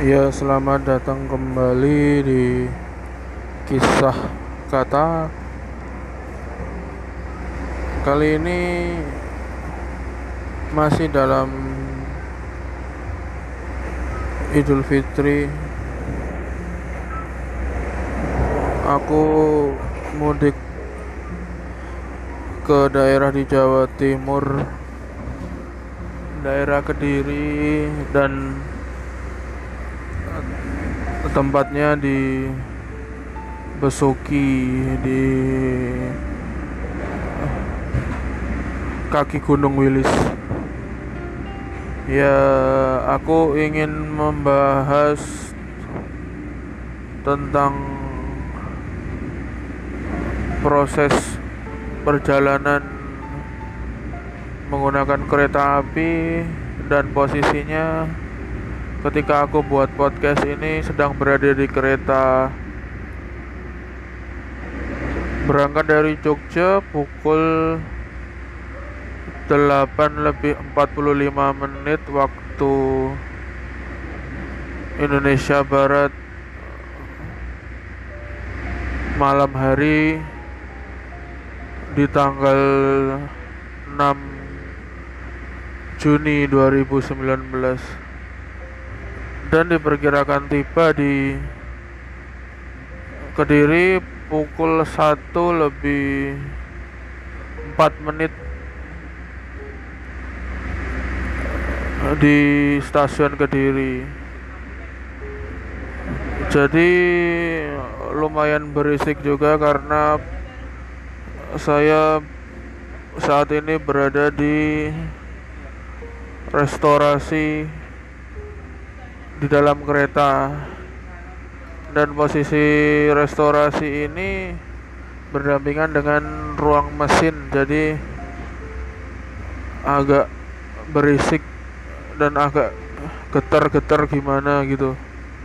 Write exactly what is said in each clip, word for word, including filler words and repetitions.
Ya, selamat datang kembali di kisah kata. Kali ini masih dalam Idul Fitri. Aku mudik ke daerah di Jawa Timur, daerah Kediri, dan tempatnya di Besuki, di kaki Gunung Wilis. Ya, aku ingin membahas tentang proses perjalanan menggunakan kereta api dan posisinya ketika aku buat podcast ini sedang berada di kereta. Berangkat dari Jogja pukul delapan lebih empat puluh lima menit waktu Indonesia Barat, malam hari di tanggal enam Juni dua ribu sembilan belas, dan diperkirakan tiba di Kediri pukul satu lebih empat menit di stasiun Kediri. Jadi lumayan berisik juga karena saya saat ini berada di restorasi di dalam kereta, dan posisi restorasi ini berdampingan dengan ruang mesin, jadi agak berisik dan agak getar-getar gimana gitu.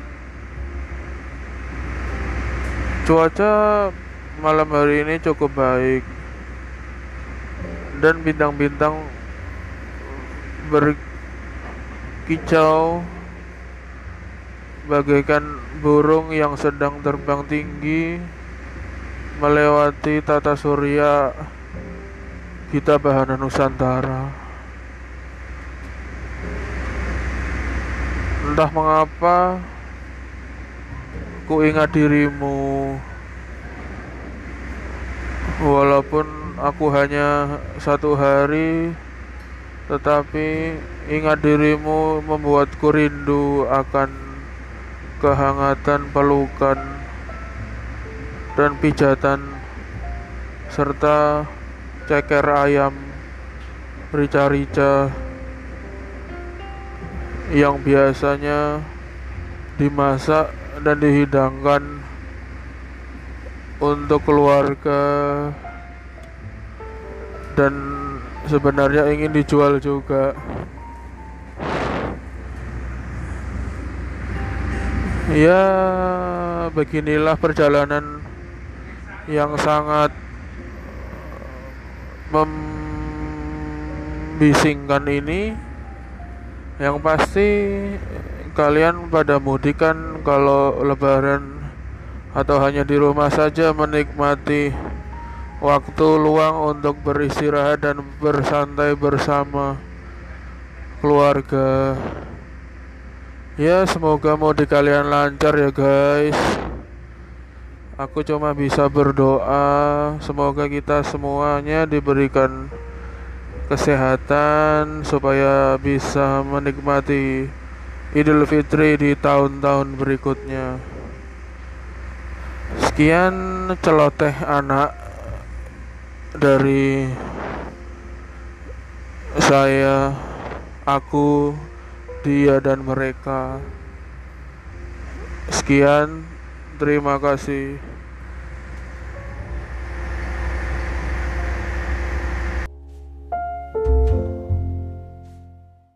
Cuaca malam hari ini cukup baik dan bintang-bintang berkicau bagaikan burung yang sedang terbang tinggi melewati tata surya Gita Bahana Nusantara. Entah mengapa ku ingat dirimu, walaupun aku hanya satu hari, tetapi ingat dirimu membuatku rindu akan kehangatan pelukan dan pijatan serta ceker ayam rica-rica yang biasanya dimasak dan dihidangkan untuk keluarga dan sebenarnya ingin dijual juga. Ya, beginilah perjalanan yang sangat membisingkan ini. Yang pasti kalian pada mudik kan kalau lebaran, atau hanya di rumah saja menikmati waktu luang untuk beristirahat dan bersantai bersama keluarga. Ya, semoga mudik kalian lancar ya guys. Aku cuma bisa berdoa semoga kita semuanya diberikan kesehatan supaya bisa menikmati Idul Fitri di tahun-tahun berikutnya. Sekian celoteh anak dari saya, aku, dia, dan mereka. Sekian, terima kasih.